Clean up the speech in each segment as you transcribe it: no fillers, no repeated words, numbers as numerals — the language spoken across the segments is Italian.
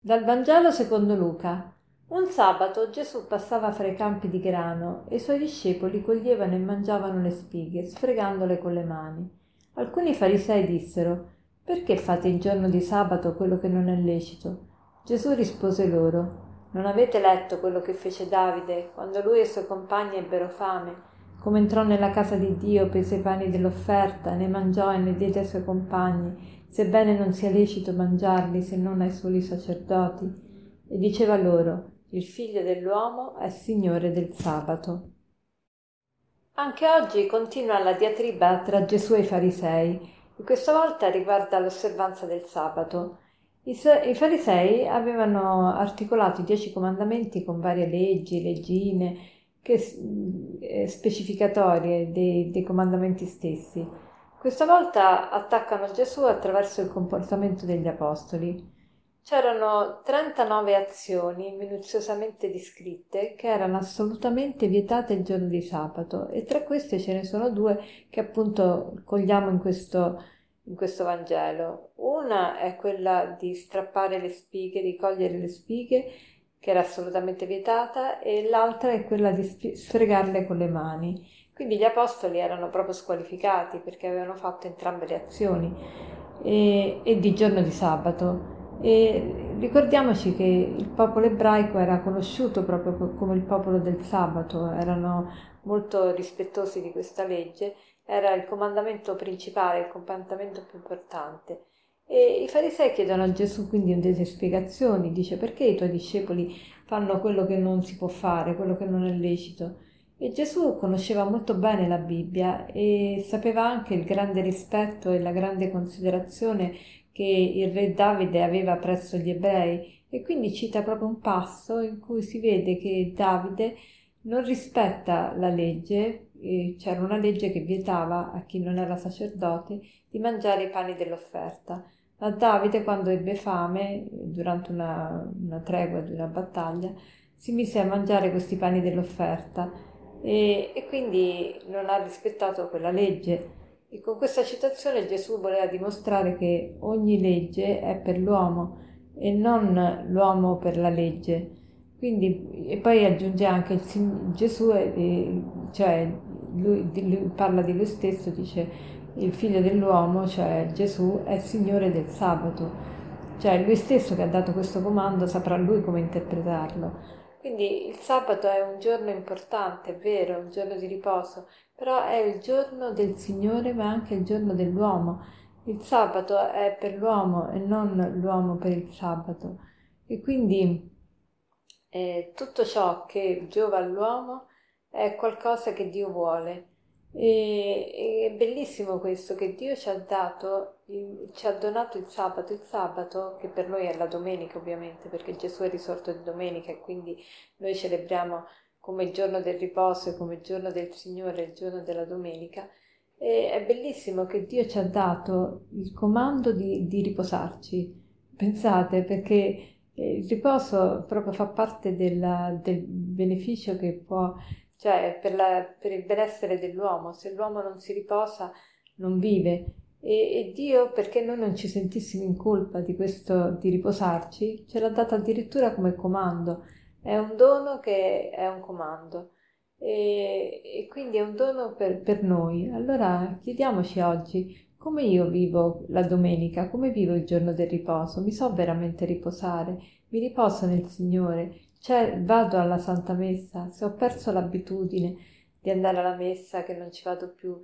Dal Vangelo secondo Luca. Un sabato Gesù passava fra i campi di grano e i suoi discepoli coglievano e mangiavano le spighe, sfregandole con le mani. Alcuni farisei dissero: «Perché fate in giorno di sabato quello che non è lecito?» Gesù rispose loro: «Non avete letto quello che fece Davide quando lui e i suoi compagni ebbero fame? Come entrò nella casa di Dio, prese i pani dell'offerta, ne mangiò e ne diede ai suoi compagni, sebbene non sia lecito mangiarli se non ai soli sacerdoti, e diceva loro: il figlio dell'uomo è signore del sabato». Anche oggi continua la diatriba tra Gesù e i farisei, e questa volta riguarda l'osservanza del sabato. I farisei avevano articolato i 10 comandamenti con varie leggi, leggine, specificatorie dei comandamenti stessi. Questa volta attaccano Gesù attraverso il comportamento degli apostoli. C'erano 39 azioni minuziosamente descritte che erano assolutamente vietate il giorno di sabato, e tra queste ce ne sono due che appunto cogliamo in questo Vangelo. Una è quella di strappare le spighe, di cogliere le spighe, che era assolutamente vietata, e l'altra è quella di sfregarle con le mani. Quindi gli apostoli erano proprio squalificati perché avevano fatto entrambe le azioni e di giorno di sabato. E ricordiamoci che il popolo ebraico era conosciuto proprio come il popolo del sabato, erano molto rispettosi di questa legge, era il comandamento principale, il comandamento più importante. E i farisei chiedono a Gesù quindi delle spiegazioni, dice: perché i tuoi discepoli fanno quello che non si può fare, quello che non è lecito? E Gesù conosceva molto bene la Bibbia e sapeva anche il grande rispetto e la grande considerazione che il re Davide aveva presso gli ebrei, e quindi cita proprio un passo in cui si vede che Davide non rispetta la legge. C'era una legge che vietava a chi non era sacerdote di mangiare i pani dell'offerta. Ma Davide, quando ebbe fame, durante una tregua di una battaglia, si mise a mangiare questi pani dell'offerta e quindi non ha rispettato quella legge. E con questa citazione Gesù voleva dimostrare che ogni legge è per l'uomo e non l'uomo per la legge. Quindi, e poi aggiunge anche Gesù, cioè lui parla di lui stesso, dice: il figlio dell'uomo, cioè Gesù, è Signore del sabato. Cioè lui stesso che ha dato questo comando saprà lui come interpretarlo. Quindi il sabato è un giorno importante, è vero, è un giorno di riposo, però è il giorno del Signore, ma anche il giorno dell'uomo. Il sabato è per l'uomo e non l'uomo per il sabato. E quindi tutto ciò che giova all'uomo è qualcosa che Dio vuole. E è bellissimo questo, che Dio ci ha dato, ci ha donato il sabato che per noi è la domenica ovviamente, perché Gesù è risorto di domenica e quindi noi celebriamo come il giorno del riposo e come il giorno del Signore, il giorno della domenica. E è bellissimo che Dio ci ha dato il comando di riposarci. Pensate, perché il riposo proprio fa parte del beneficio che può, cioè per il benessere dell'uomo. Se l'uomo non si riposa, non vive. E Dio, perché noi non ci sentissimo in colpa di questo, di riposarci, ce l'ha dato addirittura come comando. È un dono che è un comando. E quindi è un dono per noi. Allora chiediamoci oggi: come io vivo la domenica, come vivo il giorno del riposo? Mi so veramente riposare? Mi riposo nel Signore? Cioè, vado alla Santa Messa? Se ho perso l'abitudine di andare alla messa, che non ci vado più,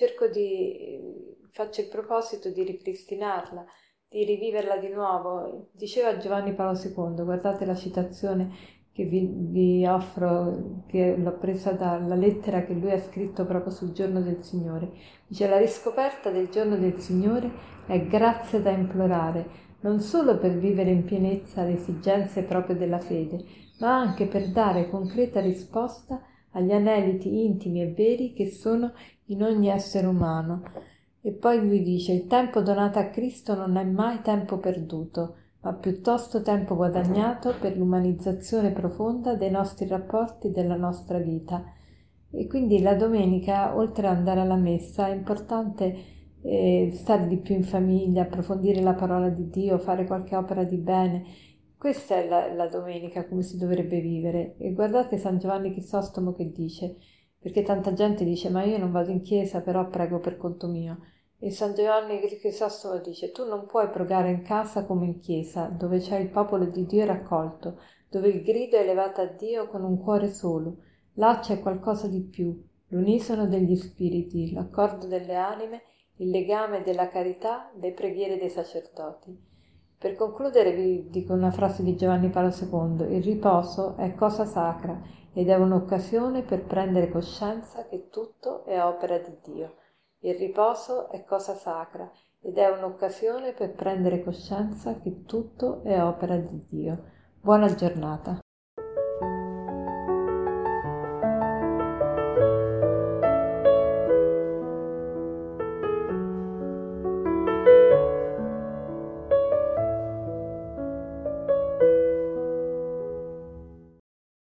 faccio il proposito di ripristinarla, di riviverla di nuovo. Diceva Giovanni Paolo II, guardate la citazione che vi offro, che l'ho presa dalla lettera che lui ha scritto proprio sul giorno del Signore. Dice: la riscoperta del giorno del Signore è grazia da implorare, non solo per vivere in pienezza le esigenze proprie della fede, ma anche per dare concreta risposta agli aneliti intimi e veri che sono in ogni essere umano. E poi lui dice: il tempo donato a Cristo non è mai tempo perduto, ma piuttosto tempo guadagnato per l'umanizzazione profonda dei nostri rapporti e della nostra vita. E quindi la domenica, oltre ad andare alla messa, è importante stare di più in famiglia, approfondire la parola di Dio, fare qualche opera di bene, Questa è la domenica come si dovrebbe vivere. E guardate San Giovanni Crisostomo che dice, perché tanta gente dice ma io non vado in chiesa, però prego per conto mio. E San Giovanni Crisostomo dice tu non puoi pregare in casa come in chiesa, dove c'è il popolo di Dio raccolto, dove il grido è elevato a Dio con un cuore solo. Là c'è qualcosa di più, l'unisono degli spiriti, l'accordo delle anime, il legame della carità, le preghiere dei sacerdoti. Per concludere vi dico una frase di Giovanni Paolo II: il riposo è cosa sacra ed è un'occasione per prendere coscienza che tutto è opera di Dio. Il riposo è cosa sacra ed è un'occasione per prendere coscienza che tutto è opera di Dio. Buona giornata.